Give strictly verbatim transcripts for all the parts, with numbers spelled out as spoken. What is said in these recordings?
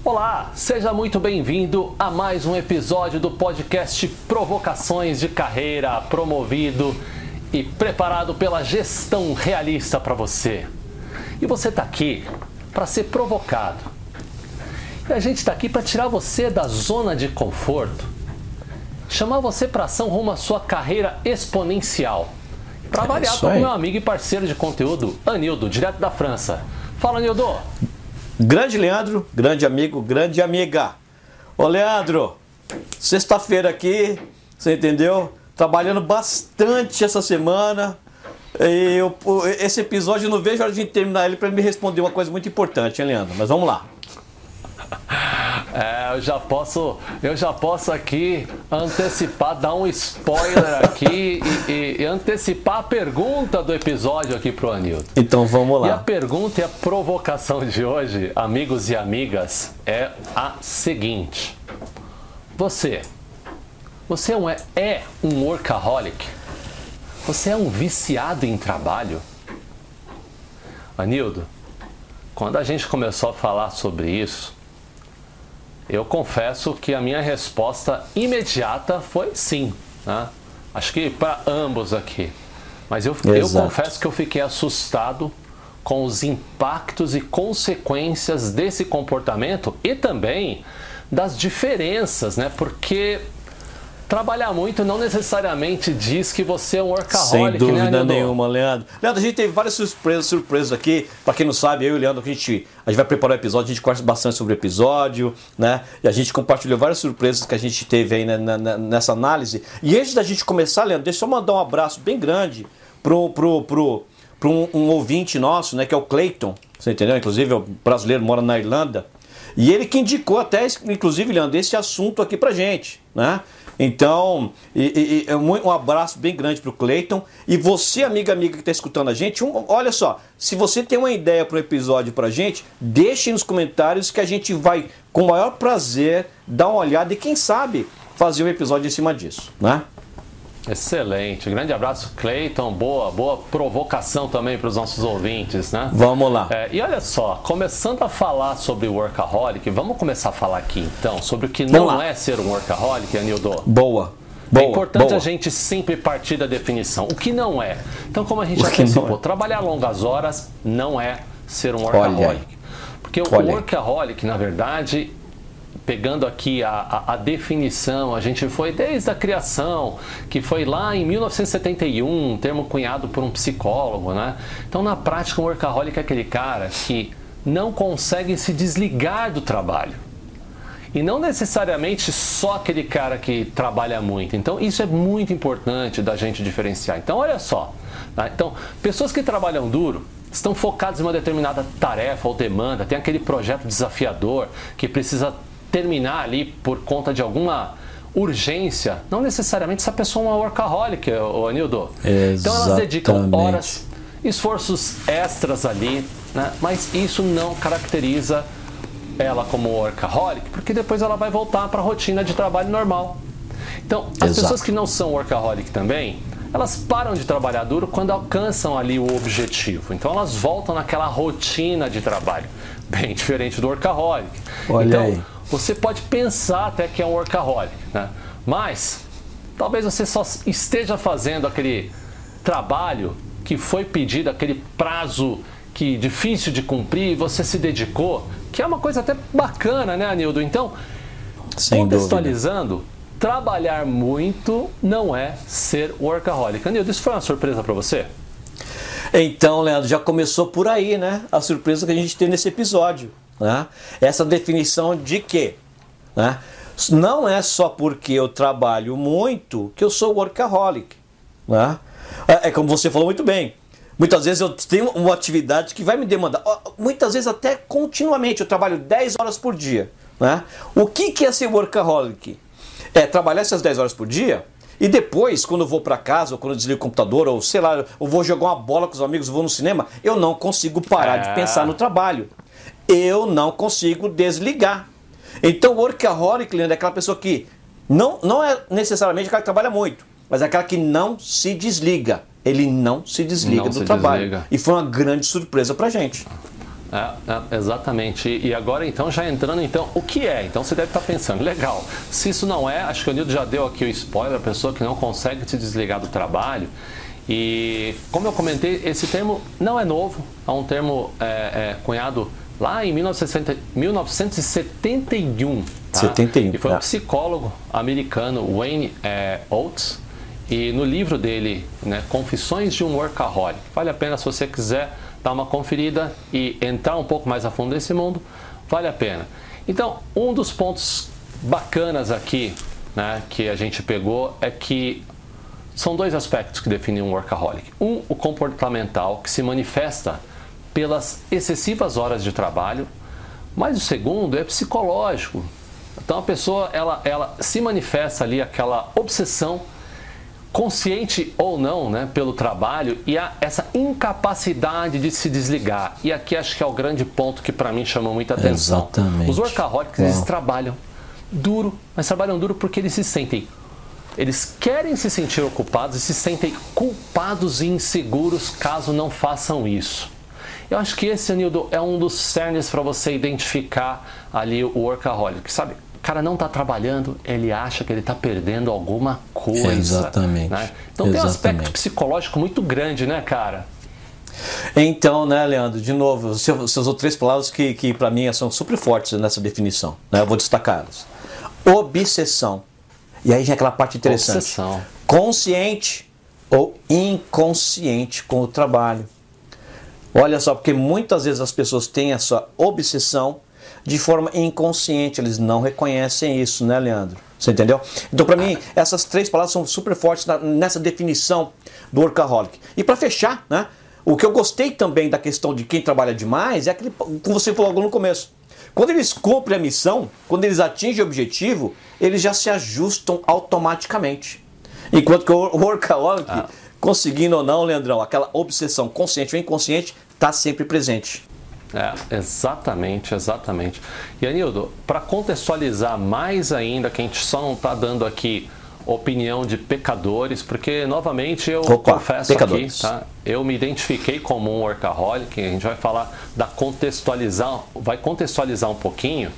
Olá, seja muito bem-vindo a mais um episódio do podcast Provocações de Carreira, promovido e preparado pela Gestão Realista para você. E você está aqui para ser provocado. E a gente está aqui para tirar você da zona de conforto, chamar você para ação rumo à sua carreira exponencial. Para variar, estou com meu amigo e parceiro de conteúdo, Anildo, direto da França. Fala, Anildo! Grande Leandro, grande amigo, grande amiga. Ô Leandro, sexta-feira aqui, você entendeu? Trabalhando bastante essa semana. E eu, esse episódio eu não vejo a hora de terminar ele para me responder uma coisa muito importante, hein, Leandro? Mas vamos lá. É, eu já posso, eu já posso aqui antecipar, dar um spoiler aqui e, e, e antecipar a pergunta do episódio aqui pro Anildo. Então vamos lá. E a pergunta e a provocação de hoje, amigos e amigas, é a seguinte: Você, você é um, é um workaholic? Você é um viciado em trabalho? Anildo, quando a gente começou a falar sobre isso, eu confesso que a minha resposta imediata foi sim, né? Acho que para ambos aqui. Mas eu, eu confesso que eu fiquei assustado com os impactos e consequências desse comportamento e também das diferenças, né? Porque trabalhar muito não necessariamente diz que você é um workaholic, sem dúvida, né, nenhuma, Leandro. Leandro, a gente teve várias surpresas, surpresas aqui. Para quem não sabe, eu e o Leandro, a gente, a gente vai preparar o episódio, a gente conversa bastante sobre o episódio, né? E a gente compartilhou várias surpresas que a gente teve aí na, na, nessa análise. E antes da gente começar, Leandro, deixa eu mandar um abraço bem grande pro, pro, pro, pro um, um ouvinte nosso, né? Que é o Clayton, você entendeu? Inclusive, é um brasileiro, mora na Irlanda. E ele que indicou até, inclusive, Leandro, esse assunto aqui pra gente, né? Então, e, e, um abraço bem grande para o Clayton. E você, amiga, amiga que está escutando a gente, um, olha só, se você tem uma ideia para um episódio para a gente, deixe nos comentários que a gente vai, com o maior prazer, dar uma olhada e, quem sabe, fazer um episódio em cima disso, né? Excelente, grande abraço, Clayton, boa, boa provocação também para os nossos ouvintes, né? Vamos lá. É, e olha só, começando a falar sobre workaholic, vamos começar a falar aqui então sobre o que vamos não lá. é ser um workaholic, Anildo. Boa, boa. É importante boa. a gente sempre partir da definição, o que não é. Então, como a gente já antecipou, é. trabalhar longas horas não é ser um workaholic. Porque o olha workaholic, na verdade, pegando aqui a, a, a definição, a gente foi desde a criação, que foi lá em mil novecentos e setenta e um, um termo cunhado por um psicólogo, né? Então, na prática, um workaholic é aquele cara que não consegue se desligar do trabalho. E não necessariamente só aquele cara que trabalha muito. Então, isso é muito importante da gente diferenciar. Então, olha só. Tá? Então, pessoas que trabalham duro estão focadas em uma determinada tarefa ou demanda, tem aquele projeto desafiador que precisa terminar ali por conta de alguma urgência. Não necessariamente essa pessoa é uma workaholic, ô Anildo. Exatamente. Então elas dedicam horas, esforços extras ali, né? Mas isso não caracteriza ela como workaholic, porque depois ela vai voltar para a rotina de trabalho normal. Então, as Exato. pessoas que não são workaholic também, elas param de trabalhar duro quando alcançam ali o objetivo. Então elas voltam naquela rotina de trabalho, bem diferente do workaholic. Olha então, aí. Você pode pensar até que é um workaholic, né? Mas talvez você só esteja fazendo aquele trabalho que foi pedido, aquele prazo que difícil de cumprir, e você se dedicou, que é uma coisa até bacana, né, Anildo? Então, sem contextualizando, dúvida, trabalhar muito não é ser workaholic. Anildo, isso foi uma surpresa para você? Então, Leandro, já começou por aí, né? A surpresa que a gente tem nesse episódio. Né? Essa definição de que, né? Não é só porque eu trabalho muito que eu sou workaholic, né? É, é como você falou muito bem, muitas vezes eu tenho uma atividade que vai me demandar, muitas vezes até continuamente, eu trabalho dez horas por dia, né? O que, que é ser workaholic? É trabalhar essas dez horas por dia e depois, quando eu vou para casa, ou quando eu desligo o computador, ou sei lá, eu vou jogar uma bola com os amigos, vou no cinema, eu não consigo parar é. de pensar no trabalho. Eu não consigo desligar. Então, o workaholic, Leandro, é aquela pessoa que não, não é necessariamente aquela que trabalha muito, mas é aquela que não se desliga. Ele não se desliga não do se trabalho. Desliga. E foi uma grande surpresa pra gente. É, é, exatamente. E agora, então, já entrando, então, o que é? Então, você deve estar pensando, legal, se isso não é, acho que o Nildo já deu aqui o spoiler, a pessoa que não consegue se desligar do trabalho. E, como eu comentei, esse termo não é novo, é um termo é, é, cunhado lá em mil novecentos e setenta e um. Tá? setenta e um. E foi é. um psicólogo americano, Wayne é, Oates, e no livro dele, né, Confissões de um Workaholic, vale a pena se você quiser dar uma conferida e entrar um pouco mais a fundo nesse mundo, vale a pena. Então, um dos pontos bacanas aqui, né, que a gente pegou é que são dois aspectos que definem um workaholic. Um, o comportamental, que se manifesta pelas excessivas horas de trabalho, mas o segundo é psicológico. Então, a pessoa ela, ela se manifesta ali aquela obsessão, consciente ou não, né, pelo trabalho, e há essa incapacidade de se desligar. E aqui acho que é o grande ponto que para mim chamou muita atenção. Exatamente. Os workaholics, eles trabalham duro, mas trabalham duro porque eles se sentem, eles querem se sentir ocupados e se sentem culpados e inseguros caso não façam isso. Eu acho que esse, Anildo, é um dos cernes para você identificar ali o workaholic, sabe? O cara não está trabalhando, ele acha que ele está perdendo alguma coisa. Exatamente. Né? Então Exatamente. Tem um aspecto psicológico muito grande, né, cara? Então, né, Leandro, de novo, você, você usou três palavras que, que para mim são super fortes nessa definição. Né? Eu vou destacá-las. Obsessão. E aí já é aquela parte interessante. Obsessão. Consciente ou inconsciente com o trabalho. Olha só, porque muitas vezes as pessoas têm essa obsessão de forma inconsciente, eles não reconhecem isso, né, Leandro? Você entendeu? Então, para mim, essas três palavras são super fortes na, nessa definição do workaholic. E para fechar, né, o que eu gostei também da questão de quem trabalha demais é aquele, como você falou logo no começo, quando eles cumprem a missão, quando eles atingem o objetivo, eles já se ajustam automaticamente. Enquanto que o workaholic, ah. conseguindo ou não, Leandrão, aquela obsessão consciente ou inconsciente, está sempre presente. É, exatamente, exatamente. E Anildo, para contextualizar mais ainda, que a gente só não está dando aqui opinião de pecadores, porque novamente eu Opa, confesso pecadores. aqui, tá? Eu me identifiquei como um workaholic, a gente vai falar da contextualizar, vai contextualizar um pouquinho,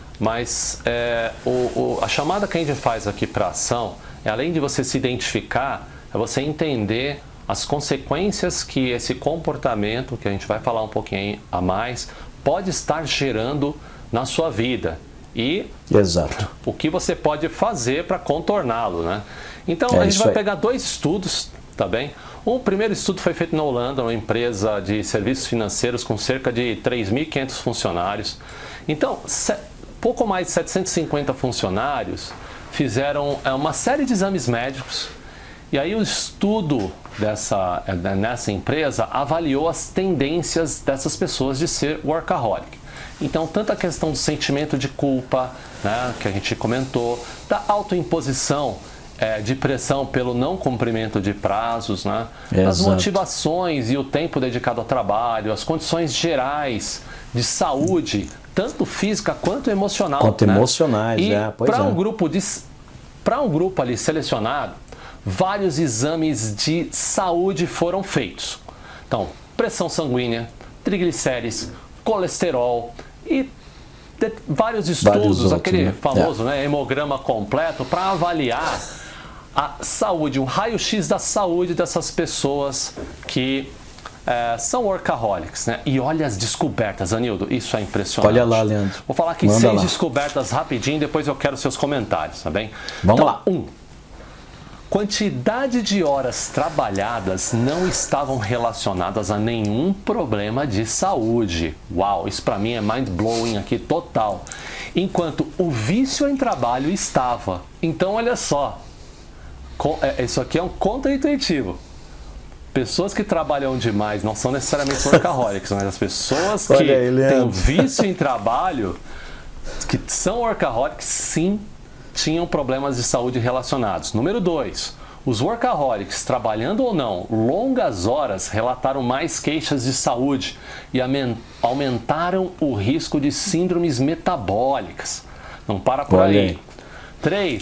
mas é, o, o, a chamada que a gente faz aqui para ação é, além de você se identificar, é você entender as consequências que esse comportamento, que a gente vai falar um pouquinho a mais, pode estar gerando na sua vida. E Exato. o que você pode fazer para contorná-lo, né? Então, é a gente vai aí. pegar dois estudos, tá bem? O primeiro estudo foi feito na Holanda, uma empresa de serviços financeiros com cerca de três mil e quinhentos funcionários. Então, pouco mais de setecentos e cinquenta funcionários fizeram uma série de exames médicos. E aí o estudo dessa, nessa empresa avaliou as tendências dessas pessoas de ser workaholic. Então, tanto a questão do sentimento de culpa, né, que a gente comentou, da autoimposição, é, de pressão pelo não cumprimento de prazos, né, as motivações e o tempo dedicado ao trabalho, as condições gerais de saúde, tanto física quanto emocional. Quanto né? emocionais, e é, pois para é. um grupo de, para um grupo ali selecionado, vários exames de saúde foram feitos. Então, pressão sanguínea, triglicérides, colesterol e de, vários estudos, vários outros, aquele né? famoso é. né, hemograma completo para avaliar a saúde, um raio-x da saúde dessas pessoas que é, são workaholics, né? E olha as descobertas, Anildo, isso é impressionante. Olha lá, Leandro. Vou falar aqui Manda seis lá. descobertas rapidinho, depois eu quero seus comentários, tá bem? Vamos então, lá. Um, quantidade de horas trabalhadas não estavam relacionadas a nenhum problema de saúde. Uau, isso para mim é mind-blowing aqui total. Enquanto o vício em trabalho estava. Então, olha só, isso aqui é um contra-intuitivo. Pessoas que trabalham demais não são necessariamente workaholics, mas as pessoas que aí, têm um vício em trabalho, que são workaholics, sim, tinham problemas de saúde relacionados. Número dois, os workaholics, trabalhando ou não, longas horas, relataram mais queixas de saúde e aumentaram o risco de síndromes metabólicas. Não para por Olha aí. aí. Três,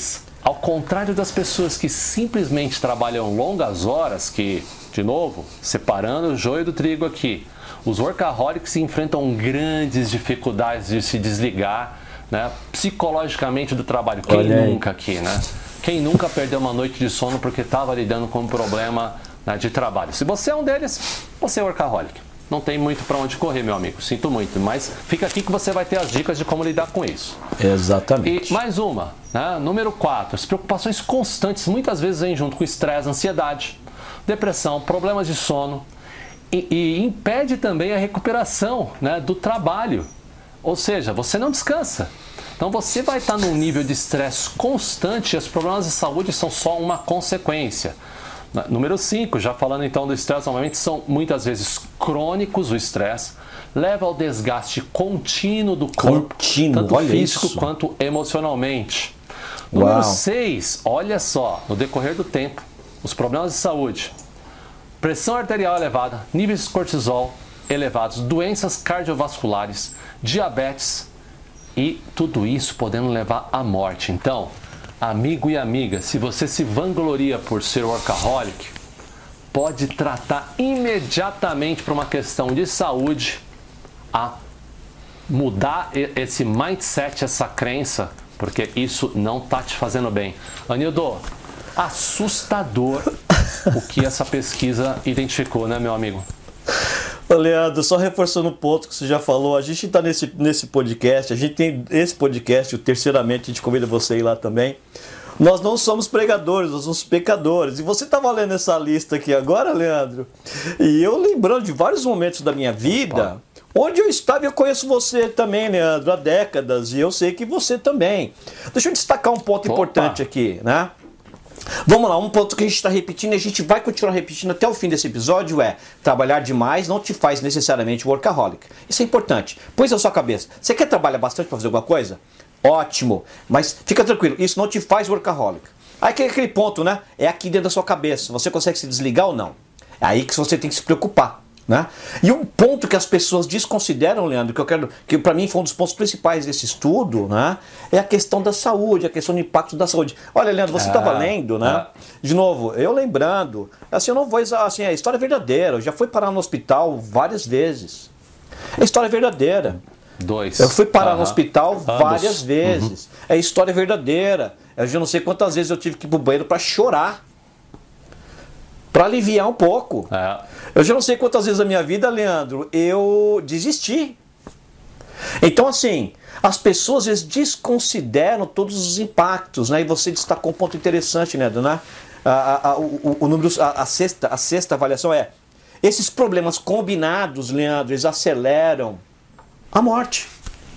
ao contrário das pessoas que simplesmente trabalham longas horas, que, de novo, separando o joio do trigo aqui, os workaholics enfrentam grandes dificuldades de se desligar, né, psicologicamente do trabalho. Quem Olha aí. nunca aqui, né? Quem nunca perdeu uma noite de sono porque estava lidando com um problema, né, de trabalho? Se você é um deles, você é workaholic. Não tem muito para onde correr, meu amigo. Sinto muito, mas fica aqui que você vai ter as dicas de como lidar com isso. Exatamente. E mais uma, né? Número quatro, as preocupações constantes muitas vezes vêm junto com estresse, ansiedade, depressão, problemas de sono e, e impede também a recuperação, né, do trabalho. Ou seja, você não descansa. Então você vai estar num nível de estresse constante e os problemas de saúde são só uma consequência. Número cinco, já falando então do estresse, normalmente são muitas vezes crônicos o estresse, leva ao desgaste contínuo do corpo, contínuo, tanto olha físico isso. quanto emocionalmente. Uau. Número seis, olha só, no decorrer do tempo, os problemas de saúde, pressão arterial elevada, níveis de cortisol elevados, doenças cardiovasculares, diabetes e tudo isso podendo levar à morte. Então, amigo e amiga, se você se vangloria por ser workaholic, pode tratar imediatamente para uma questão de saúde, a mudar esse mindset, essa crença, porque isso não está te fazendo bem. Anildo, assustador o que essa pesquisa identificou, né, meu amigo? Ô, Leandro, só reforçando o ponto que você já falou, a gente está nesse, nesse podcast, a gente tem esse podcast, o Terceiramente, a gente convida você a ir lá também. Nós não somos pregadores, nós somos pecadores. E você estava lendo essa lista aqui agora, Leandro, e eu lembrando de vários momentos da minha vida, onde eu estava, eu conheço você também, Leandro, há décadas, e eu sei que você também. Deixa eu destacar um ponto Opa. importante aqui, né? Vamos lá, um ponto que a gente está repetindo e a gente vai continuar repetindo até o fim desse episódio é: trabalhar demais não te faz necessariamente workaholic. Isso é importante. Põe na sua cabeça. Você quer trabalhar bastante para fazer alguma coisa? Ótimo, mas fica tranquilo, isso não te faz workaholic. Aí que é aquele ponto, né? É aqui dentro da sua cabeça. Você consegue se desligar ou não? É aí que você tem que se preocupar, né? E um ponto que as pessoas desconsideram, Leandro, que eu quero, que para mim foi um dos pontos principais desse estudo, né? É a questão da saúde, a questão do impacto da saúde. Olha, Leandro, você estava Ah, lendo, né? ah. De novo, eu lembrando, assim, eu não vou exagerar, assim, a história é verdadeira. Eu já fui parar no hospital várias vezes. É história verdadeira. Dois. Eu fui parar no Aham. hospital Ambos. várias vezes. Uhum. É história verdadeira. Eu já não sei quantas vezes eu tive que ir pro banheiro para chorar. Para aliviar um pouco. É. Eu já não sei quantas vezes na minha vida, Leandro, eu desisti. Então, assim, as pessoas às vezes desconsideram todos os impactos, né? E você destacou um ponto interessante, né, né? A, a, a, o, o número, a, a, sexta, a sexta avaliação é: esses problemas combinados, Leandro, eles aceleram a morte.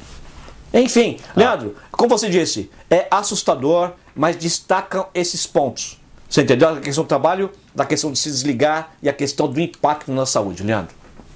Enfim, Leandro, como você disse, é assustador, mas destacam esses pontos. Você entendeu? A questão do trabalho, da questão de se desligar e a questão do impacto na saúde, Leandro.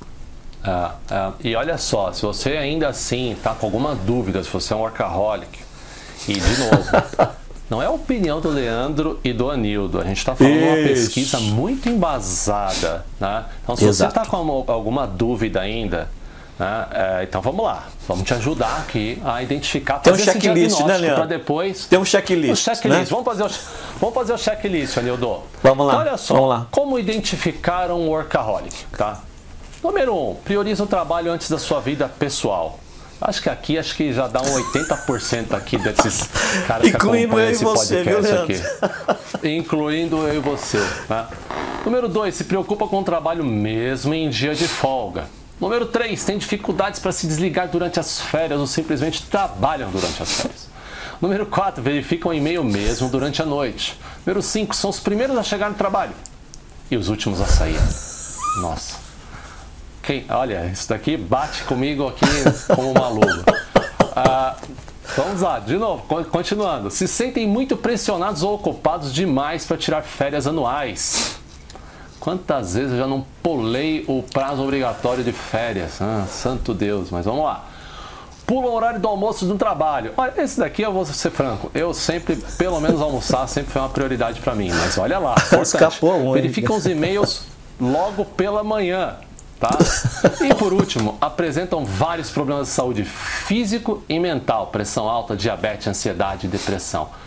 É, é, e olha só, se você ainda assim está com alguma dúvida se você é um workaholic, e de novo, não é a opinião do Leandro e do Anildo, a gente está falando de uma pesquisa muito embasada, né? Então se Exato. você está com alguma dúvida ainda, né? É, então vamos lá, vamos te ajudar aqui a identificar, Tem um fazer esse checklist, né, diagnóstico Leandro? para depois... Tem um checklist, O checklist, né? vamos, fazer o, vamos fazer o checklist, Anildo. Vamos lá, Então, olha só, vamos lá. como identificar um workaholic, tá? Número um, prioriza o trabalho antes da sua vida pessoal. Acho que aqui, acho que já dá um oitenta por cento aqui desses caras que Incluindo acompanham eu e esse você, viu, podcast Leandro? aqui. Incluindo eu e você. Né? Número dois, se preocupa com o trabalho mesmo em dia de folga. Número três, tem dificuldades para se desligar durante as férias ou simplesmente trabalham durante as férias. Número quatro, verificam o e-mail mesmo durante a noite. Número cinco, são os primeiros a chegar no trabalho e os últimos a sair. Nossa. Quem, olha, isso daqui bate comigo aqui como uma luva. Ah, vamos lá, de novo, continuando. Se sentem muito pressionados ou ocupados demais para tirar férias anuais. Quantas vezes eu já não pulei o prazo obrigatório de férias? Ah, santo Deus, mas vamos lá. Pula o horário do almoço no trabalho. Olha, esse daqui eu vou ser franco. Eu sempre, pelo menos almoçar, sempre foi uma prioridade para mim. Mas olha lá, Escapou um, verificam os e-mails logo pela manhã. Tá? E por último, apresentam vários problemas de saúde físico e mental. Pressão alta, diabetes, ansiedade e depressão.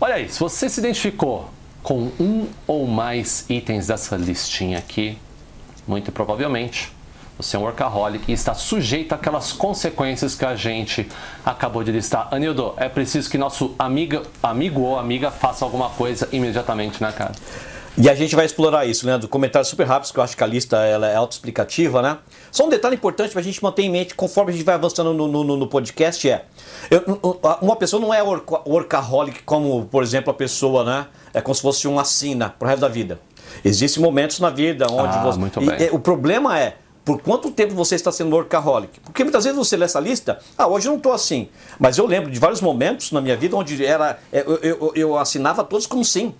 Olha aí, se você se identificou com um ou mais itens dessa listinha aqui, muito provavelmente você é um workaholic e está sujeito àquelas consequências que a gente acabou de listar. Anildo, é preciso que nosso amiga, amigo ou amiga faça alguma coisa imediatamente, né, cara? E a gente vai explorar isso, Leandro. Comentários super rápidos, que eu acho que a lista ela é autoexplicativa, né? Só um detalhe importante para a gente manter em mente, conforme a gente vai avançando no, no, no podcast, é... Eu, uma pessoa não é workaholic como, por exemplo, a pessoa, né? É como se fosse uma sina pro resto da vida. Existem momentos na vida onde ah, você... Muito bem. E, e, o problema é... Por quanto tempo você está sendo workaholic? Porque muitas vezes você lê essa lista, ah, hoje eu não estou assim. Mas eu lembro de vários momentos na minha vida onde era, eu, eu, eu assinava todos como sim.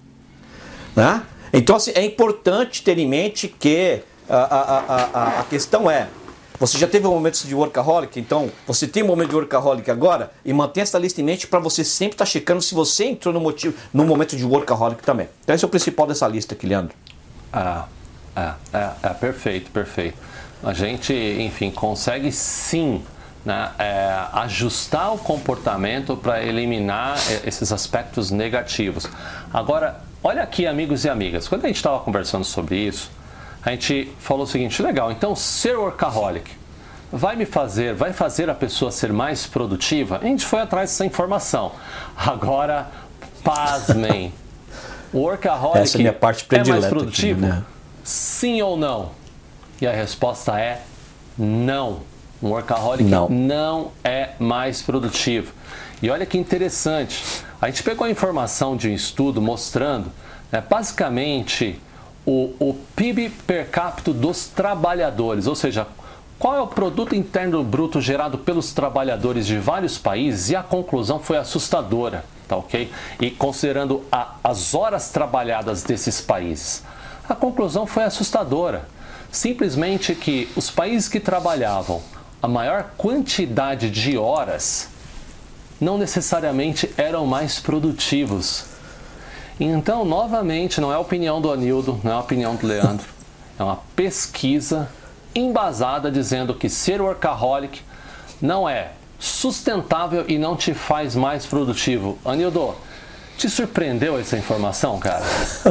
Né? Então assim, é importante ter em mente que a, a, a, a questão é, você já teve momentos de workaholic, então você tem um momento de workaholic agora e mantém essa lista em mente para você sempre estar tá checando se você entrou no, motivo, no momento de workaholic também. Então esse é o principal dessa lista aqui, Leandro. Ah, é, é, é perfeito, perfeito. A gente, enfim, consegue sim, né, é, ajustar o comportamento para eliminar esses aspectos negativos. Agora, olha aqui, amigos e amigas, quando a gente estava conversando sobre isso, a gente falou o seguinte, legal, então ser workaholic vai me fazer, vai fazer a pessoa ser mais produtiva? A gente foi atrás dessa informação. Agora, pasmem, o workaholic Essa é, a minha parte predileta, é mais produtivo? Aqui, né? Sim ou não? E a resposta é não. Um workaholic não. não é mais produtivo. E olha que interessante, a gente pegou a informação de um estudo mostrando, né, basicamente, o, o P I B per capita dos trabalhadores, ou seja, qual é o produto interno bruto gerado pelos trabalhadores de vários países, e a conclusão foi assustadora, tá ok? E considerando a, as horas trabalhadas desses países, a conclusão foi assustadora. Simplesmente que os países que trabalhavam a maior quantidade de horas não necessariamente eram mais produtivos. Então, novamente, não é a opinião do Anildo, não é a opinião do Leandro. É uma pesquisa embasada dizendo que ser workaholic não é sustentável e não te faz mais produtivo. Anildo, te surpreendeu essa informação, cara?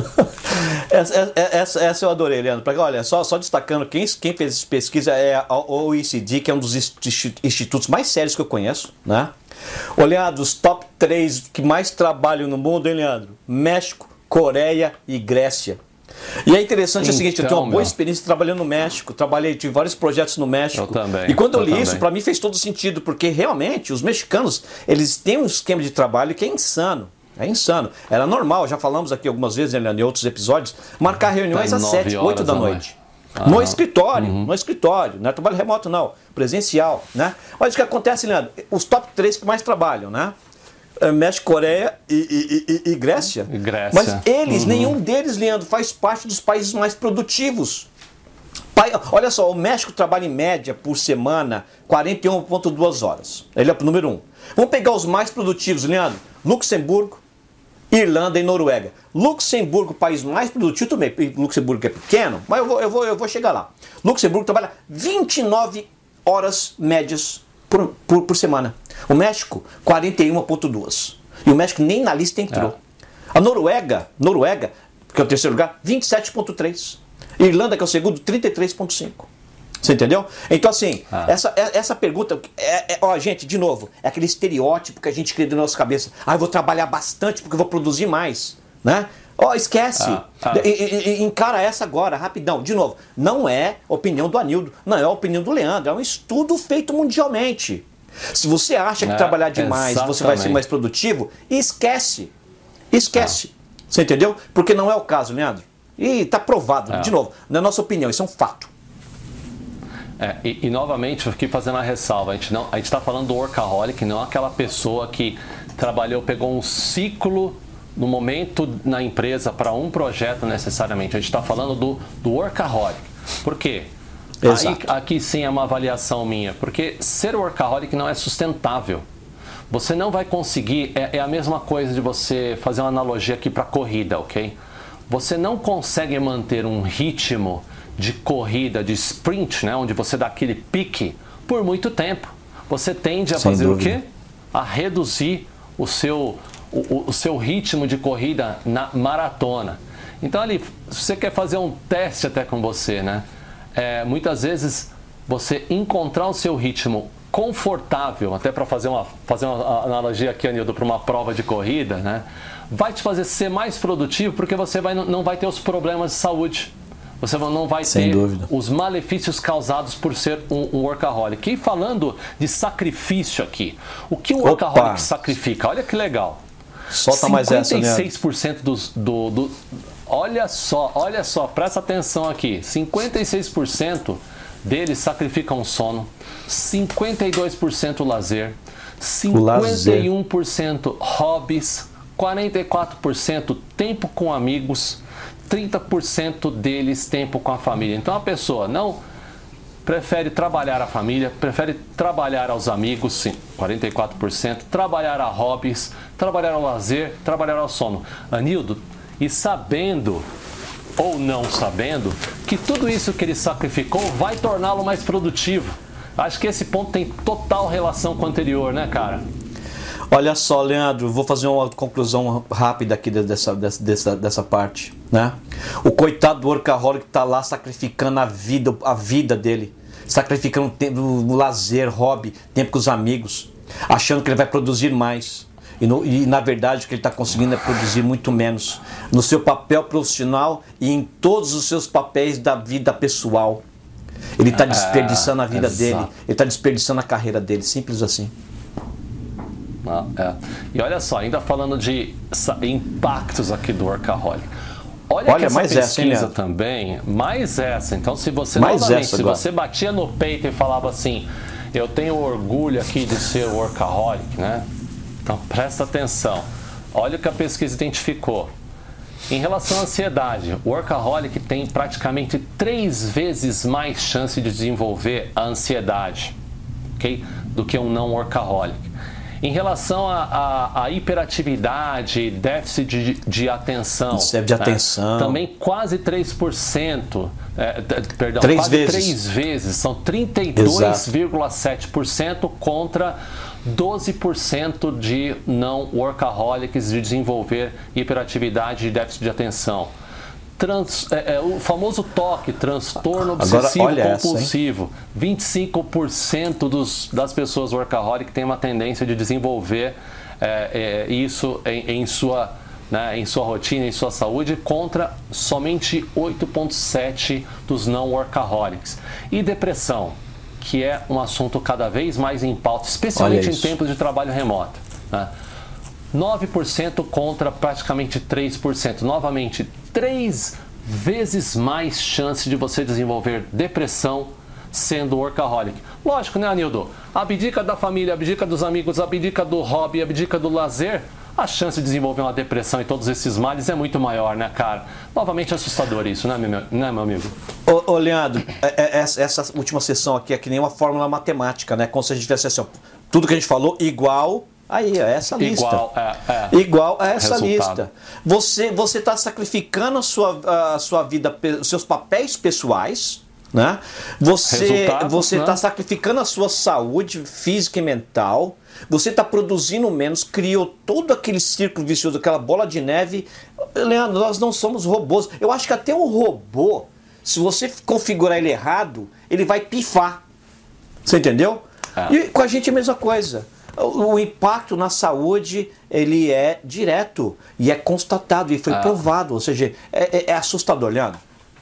essa, essa, essa eu adorei, Leandro. Porque, olha, só, só destacando, quem, quem fez essa pesquisa é a O E C D, que é um dos institutos mais sérios que eu conheço, né? Olhando os top três que mais trabalham no mundo, hein, Leandro? México, Coreia e Grécia. E é interessante então, o seguinte, eu tenho uma boa meu. experiência trabalhando no México, trabalhei, tive vários projetos no México. Eu também. E quando eu, eu li também. isso, para mim fez todo sentido, porque realmente os mexicanos, eles têm um esquema de trabalho que é insano. É insano. Era normal, já falamos aqui algumas vezes, né, em outros episódios, marcar reuniões às sete, oito da noite. Ah, no escritório, uhum. no escritório, não é trabalho remoto não, presencial, né? Mas o que acontece, Leandro? Os top três que mais trabalham, né? México, Coreia e, e, e, e Grécia. E Grécia. Mas eles, uhum. nenhum deles, Leandro, faz parte dos países mais produtivos. Olha só, o México trabalha em média por semana quarenta e um vírgula duas horas. Ele é o número um. Vamos pegar os mais produtivos, Leandro. Luxemburgo, Irlanda e Noruega. Luxemburgo, o país mais produtivo também. Luxemburgo é pequeno, mas eu vou, eu vou, eu vou chegar lá. Luxemburgo trabalha vinte e nove horas médias por, por, por semana. O México, quarenta e um vírgula duas. E o México nem na lista entrou. É. A Noruega, Noruega, que é o terceiro lugar, vinte e sete vírgula três. Irlanda, que é o segundo, trinta e três vírgula cinco. Você entendeu? Então, assim, ah. essa, essa pergunta, é, é, ó, gente, de novo, é aquele estereótipo que a gente cria na nossa cabeça. Ah, eu vou trabalhar bastante porque eu vou produzir mais, né? Ó, esquece. Ah. Ah. E, e, e, encara essa agora, rapidão. De novo, não é opinião do Anildo, não é a opinião do Leandro, é um estudo feito mundialmente. Se você acha que é, trabalhar demais exatamente. Você vai ser mais produtivo, esquece. Esquece. Ah. Você entendeu? Porque não é o caso, Leandro. E está provado, é. de novo, não é nossa opinião, isso é um fato. É, e, e novamente, eu fiquei fazendo a ressalva, a gente não, a gente está falando do workaholic, não aquela pessoa que trabalhou, pegou um ciclo no momento na empresa para um projeto necessariamente. A gente está falando do, do workaholic. Por quê? Aí, aqui sim é uma avaliação minha, porque ser workaholic não é sustentável. Você não vai conseguir, é, é a mesma coisa de você fazer uma analogia aqui para corrida, ok? Você não consegue manter um ritmo de corrida, de sprint, né, onde você dá aquele pique por muito tempo. Você tende a Sem fazer dúvida. o quê? A reduzir o seu, o, o seu ritmo de corrida na maratona. Então, ali, se você quer fazer um teste até com você, né? É, muitas vezes, você encontrar o seu ritmo confortável, até para fazer uma, fazer uma analogia aqui, Anildo, para uma prova de corrida, né? Vai te fazer ser mais produtivo porque você vai, não vai ter os problemas de saúde. Você não vai Sem ter dúvida. os malefícios causados por ser um, um workaholic. E falando de sacrifício aqui, o que um workaholic Opa. sacrifica? Olha que legal. Solta mais essa, né? cinquenta e seis por cento dos, do, do... Olha só, olha só, presta atenção aqui. cinquenta e seis por cento deles sacrificam o sono, cinquenta e dois por cento lazer, cinquenta e um por cento hobbies, quarenta e quatro por cento tempo com amigos, trinta por cento deles tempo com a família. Então a pessoa não prefere trabalhar a família, prefere trabalhar aos amigos, sim, quarenta e quatro por cento, trabalhar a hobbies, trabalhar ao lazer, trabalhar ao sono. Anildo, e sabendo ou não sabendo que tudo isso que ele sacrificou vai torná-lo mais produtivo. Acho que esse ponto tem total relação com o anterior, né, cara? Olha só, Leandro, vou fazer uma conclusão rápida aqui dessa, dessa, dessa parte, né? O coitado do workaholic está lá sacrificando a vida, a vida dele, sacrificando tempo, o lazer, hobby, tempo com os amigos, achando que ele vai produzir mais. E, no, e na verdade o que ele está conseguindo é produzir muito menos no seu papel profissional e em todos os seus papéis da vida pessoal. Ele está desperdiçando a vida é, dele, ele está desperdiçando a carreira dele, simples assim. Ah, é. E olha só, ainda falando de impactos aqui do workaholic. Olha, olha que essa mais pesquisa essa, hein, também, mais essa. Então, se você mais novamente, essa se agora. você batia no peito e falava assim, eu tenho orgulho aqui de ser workaholic, né? Então, presta atenção. Olha o que a pesquisa identificou. Em relação à ansiedade, o workaholic tem praticamente três vezes mais chance de desenvolver a ansiedade, okay, do que um não workaholic. Em relação à hiperatividade, déficit de, de atenção, déficit de atenção, né? Também quase três por cento, é, perdão, três quase vezes. três vezes, são trinta e dois vírgula sete por cento contra doze por cento de não workaholics de desenvolver hiperatividade e déficit de atenção. Trans, é, é, o famoso TOC, transtorno obsessivo compulsivo, essa, vinte e cinco por cento dos, das pessoas workaholic têm uma tendência de desenvolver é, é, isso em, em, sua, né, em sua rotina, em sua saúde, contra somente oito vírgula sete por cento dos não workaholics. E depressão, que é um assunto cada vez mais em pauta, especialmente em tempos de trabalho remoto, né? nove por cento contra praticamente três por cento. Novamente, três vezes mais chance de você desenvolver depressão sendo workaholic. Lógico, né, Anildo? Abdica da família, abdica dos amigos, abdica do hobby, abdica do lazer, a chance de desenvolver uma depressão e todos esses males é muito maior, né, cara? Novamente assustador isso, né, meu, né, meu amigo? Ô, ô Leandro, essa, essa última sessão aqui é que nem uma fórmula matemática, né? Como se a gente tivesse assim, ó, tudo que a gente falou igual... Aí, é essa lista. Igual, é, é. Igual a essa Resultado. lista. Você você está sacrificando a sua, a sua vida, os seus papéis pessoais, né? Você você está, né, sacrificando a sua saúde física e mental. Você está produzindo menos, criou todo aquele círculo vicioso, aquela bola de neve. Leandro, nós não somos robôs. Eu acho que até um robô, se você configurar ele errado, ele vai pifar. Você entendeu? É. E com a gente é a mesma coisa. O impacto na saúde, ele é direto e é constatado e foi ah. provado, ou seja, é, é, é assustador, Leandro.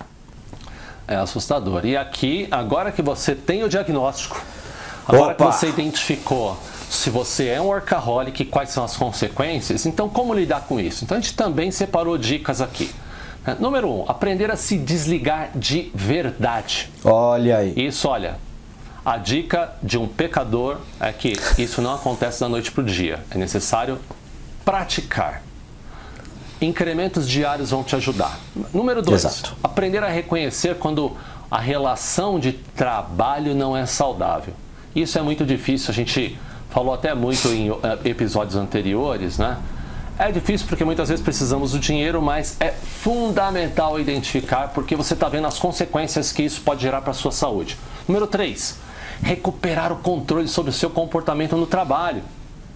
É assustador. E aqui, agora que você tem o diagnóstico, agora Opa. que você identificou se você é um workaholic, quais são as consequências, então como lidar com isso? Então a gente também separou dicas aqui. Número um, aprender a se desligar de verdade. Olha aí. Isso, olha... A dica de um pecador é que isso não acontece da noite para o dia. É necessário praticar. Incrementos diários vão te ajudar. Número dois, Exato. aprender a reconhecer quando a relação de trabalho não é saudável. Isso é muito difícil, a gente falou até muito em episódios anteriores, né? É difícil porque muitas vezes precisamos do dinheiro, mas é fundamental identificar porque você está vendo as consequências que isso pode gerar para a sua saúde. Número três, recuperar o controle sobre o seu comportamento no trabalho.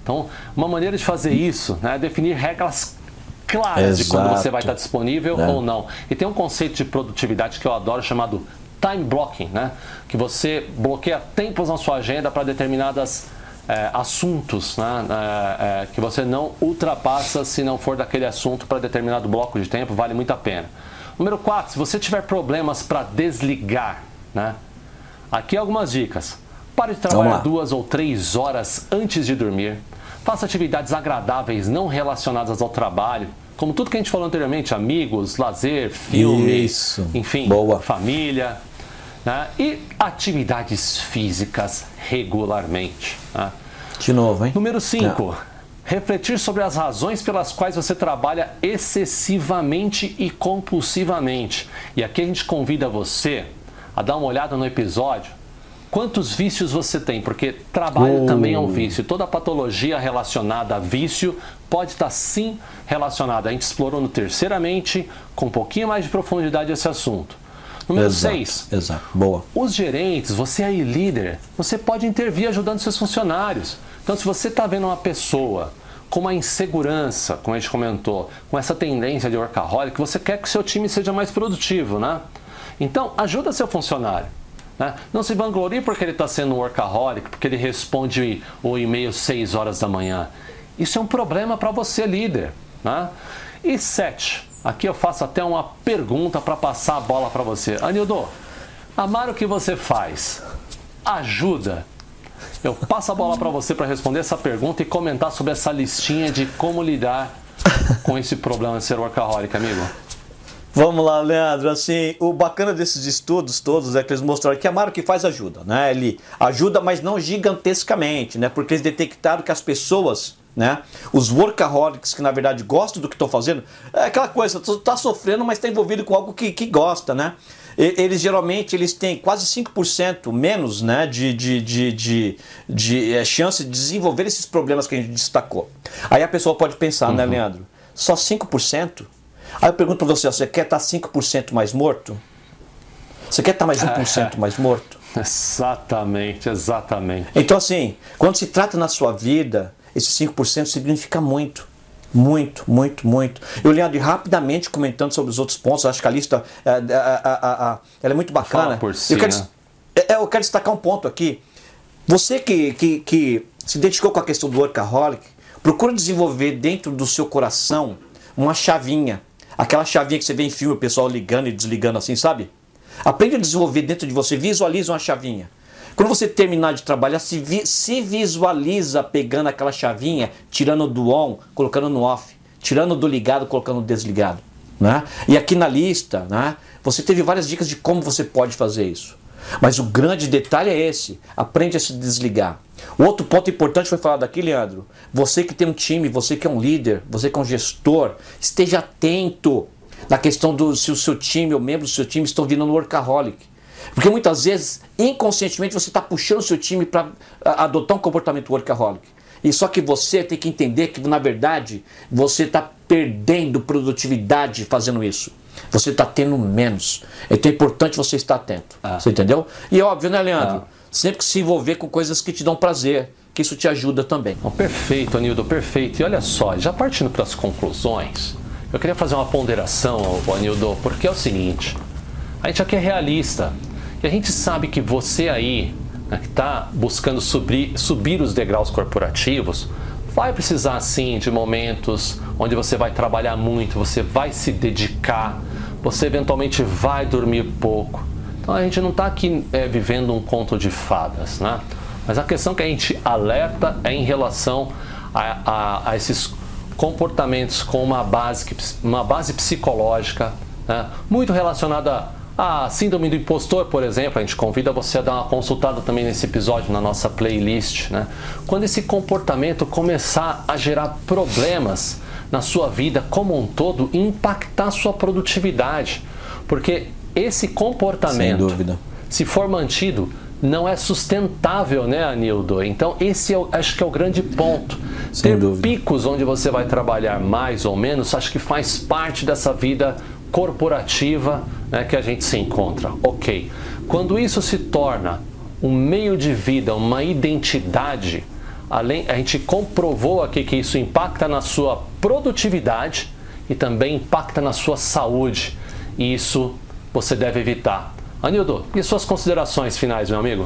Então, uma maneira de fazer isso, né, é definir regras claras Exato. de quando você vai estar disponível é. ou não. E tem um conceito de produtividade que eu adoro chamado time blocking, né? Que você bloqueia tempos na sua agenda para determinados é, assuntos, né? É, é, que você não ultrapassa se não for daquele assunto para determinado bloco de tempo, vale muito a pena. Número quatro, se você tiver problemas para desligar, né? Aqui algumas dicas. Pare de trabalhar duas ou três horas antes de dormir. Faça atividades agradáveis não relacionadas ao trabalho, como tudo que a gente falou anteriormente, amigos, lazer, filme, Isso. enfim, Boa. família, né? E atividades físicas regularmente. Né? De novo, hein? Número cinco. Refletir sobre as razões pelas quais você trabalha excessivamente e compulsivamente. E aqui a gente convida você a dar uma olhada no episódio. Quantos vícios você tem? Porque trabalho Oh. também é um vício. Toda patologia relacionada a vício pode estar sim relacionada. A gente explorou no Terceiramente, com um pouquinho mais de profundidade esse assunto. Número seis. Exato. Boa. Os gerentes, você aí líder, você pode intervir ajudando seus funcionários. Então, se você está vendo uma pessoa com uma insegurança, como a gente comentou, com essa tendência de workaholic, você quer que o seu time seja mais produtivo, né? Então, ajuda seu funcionário. Né? Não se vanglorie porque ele está sendo um workaholic, porque ele responde o e-mail seis horas da manhã. Isso é um problema para você, líder. Né? E sete. Aqui eu faço até uma pergunta para passar a bola para você. Anildo, amar o que você faz ajuda? Eu passo a bola para você para responder essa pergunta e comentar sobre essa listinha de como lidar com esse problema de ser workaholic, amigo. Vamos lá, Leandro. Assim, o bacana desses estudos todos é que eles mostraram que amar o que faz ajuda, né? Ele ajuda, mas não gigantescamente, né? Porque eles detectaram que as pessoas, né? Os workaholics que na verdade gostam do que estão fazendo, é aquela coisa, tu tá sofrendo, mas está envolvido com algo que, que gosta, né? Eles geralmente eles têm quase cinco por cento menos, né, de, de, de, de, de é, chance de desenvolver esses problemas que a gente destacou. Aí a pessoa pode pensar, uhum. né, Leandro? Só cinco por cento? Aí eu pergunto para você, você quer estar cinco por cento mais morto? Você quer estar mais um por cento mais morto? Exatamente, exatamente. Então assim, quando se trata na sua vida, esse cinco por cento significa muito. Muito, muito, muito. Eu, Leandro, rapidamente comentando sobre os outros pontos, acho que a lista é, é, é, é, ela é muito bacana. Fala por si, eu, quero, né? é, eu quero destacar um ponto aqui. Você que, que, que se identificou com a questão do workaholic, procura desenvolver dentro do seu coração uma chavinha. Aquela chavinha que você vê em filme, o pessoal ligando e desligando assim, sabe? Aprende a desenvolver dentro de você, visualiza uma chavinha. Quando você terminar de trabalhar, se, vi, se visualiza pegando aquela chavinha, tirando do on, colocando no off, tirando do ligado, colocando no desligado. Né? E aqui na lista, né, você teve várias dicas de como você pode fazer isso. Mas o grande detalhe é esse, aprende a se desligar. O outro ponto importante foi falado aqui, Leandro. Você que tem um time, você que é um líder, você que é um gestor, esteja atento na questão do se o seu time ou membros do seu time estão virando workaholic. Porque muitas vezes, inconscientemente, você está puxando o seu time para adotar um comportamento workaholic. E só que você tem que entender que, na verdade, você está perdendo produtividade fazendo isso. Você está tendo menos. Então é importante você estar atento. Ah. Você entendeu? E óbvio, né, Leandro? Ah. Sempre que se envolver com coisas que te dão prazer, que isso te ajuda também. Oh, perfeito, Anildo, perfeito. E olha só, já partindo para as conclusões, eu queria fazer uma ponderação, Anildo, porque é o seguinte, a gente aqui é realista. E a gente sabe que você aí, né, que está buscando subir, subir os degraus corporativos, vai precisar sim de momentos onde você vai trabalhar muito, você vai se dedicar, você eventualmente vai dormir pouco. Então a gente não está aqui é, vivendo um conto de fadas, né? Mas a questão que a gente alerta é em relação a, a, a esses comportamentos com uma base, uma base psicológica, né, muito relacionada a síndrome do impostor, por exemplo. A gente convida você a dar uma consultada também nesse episódio na nossa playlist, né? Quando esse comportamento começar a gerar problemas na sua vida como um todo e impactar a sua produtividade, porque esse comportamento, sem dúvida, se for mantido, não é sustentável, né, Anildo? Então esse eu acho que é o grande ponto. Sem Ter dúvida. picos onde você vai trabalhar mais ou menos, acho que faz parte dessa vida corporativa, né, que a gente se encontra. Ok. Quando isso se torna um meio de vida, uma identidade, além, a gente comprovou aqui que isso impacta na sua produtividade e também impacta na sua saúde. E isso você deve evitar. Anildo, e suas considerações finais, meu amigo?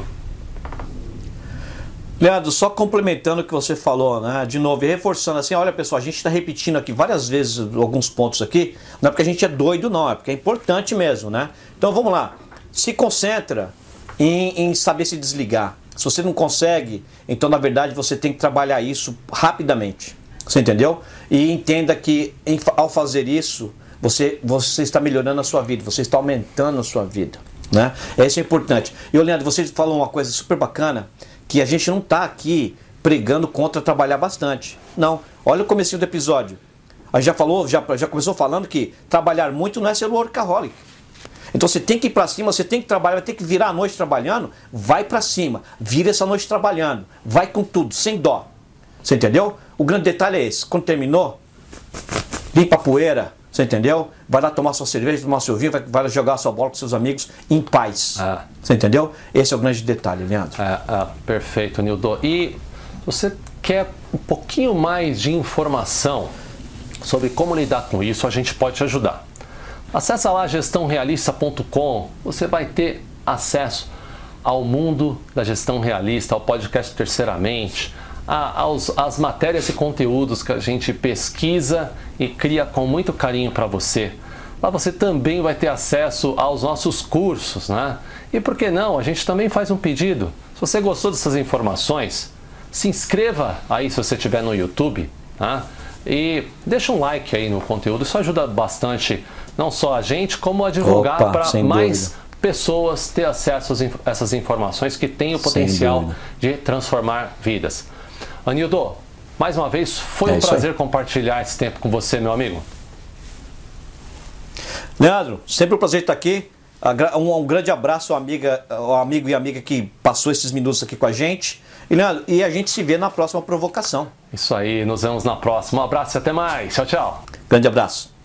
Leandro, só complementando o que você falou, né? De novo, e reforçando assim, olha pessoal, a gente está repetindo aqui várias vezes alguns pontos aqui, não é porque a gente é doido não, é porque é importante mesmo, né? Então vamos lá, se concentra em, em saber se desligar. Se você não consegue, então na verdade você tem que trabalhar isso rapidamente, você entendeu? E entenda que em, ao fazer isso, você, você está melhorando a sua vida, você está aumentando a sua vida, né? Isso é importante. E Leandro, você falou uma coisa super bacana, que a gente não está aqui pregando contra trabalhar bastante. Não. Olha o comecinho do episódio. A gente já falou, já, já começou falando que trabalhar muito não é ser workaholic. Então você tem que ir para cima, você tem que trabalhar, vai ter que virar a noite trabalhando, vai para cima, vira essa noite trabalhando, vai com tudo, sem dó. Você entendeu? O grande detalhe é esse. Quando terminou, limpa a poeira, você entendeu? Vai lá tomar sua cerveja, tomar seu vinho, vai, vai jogar sua bola com seus amigos em paz. É. Você entendeu? Esse é o grande detalhe, Leandro. É, é, perfeito, Nildo. E você quer um pouquinho mais de informação sobre como lidar com isso, a gente pode te ajudar. Acesse lá gestão realista ponto com, você vai ter acesso ao mundo da gestão realista, ao podcast Terceiramente, a, aos, às matérias e conteúdos que a gente pesquisa e cria com muito carinho para você. Lá você também vai ter acesso aos nossos cursos, né? E por que não? A gente também faz um pedido. Se você gostou dessas informações, se inscreva aí se você estiver no YouTube, tá? E deixa um like aí no conteúdo, isso ajuda bastante, não só a gente, como a divulgar para mais dúvida. pessoas ter acesso a essas informações que têm o potencial de transformar vidas. Anildo, mais uma vez, foi é um prazer aí. compartilhar esse tempo com você, meu amigo. Leandro, sempre um prazer estar aqui. Um, um grande abraço ao, amiga, ao amigo e amiga que passou esses minutos aqui com a gente. E, Leandro, e a gente se vê na próxima provocação. Isso aí, nos vemos na próxima. Um abraço e até mais. Tchau, tchau. Grande abraço.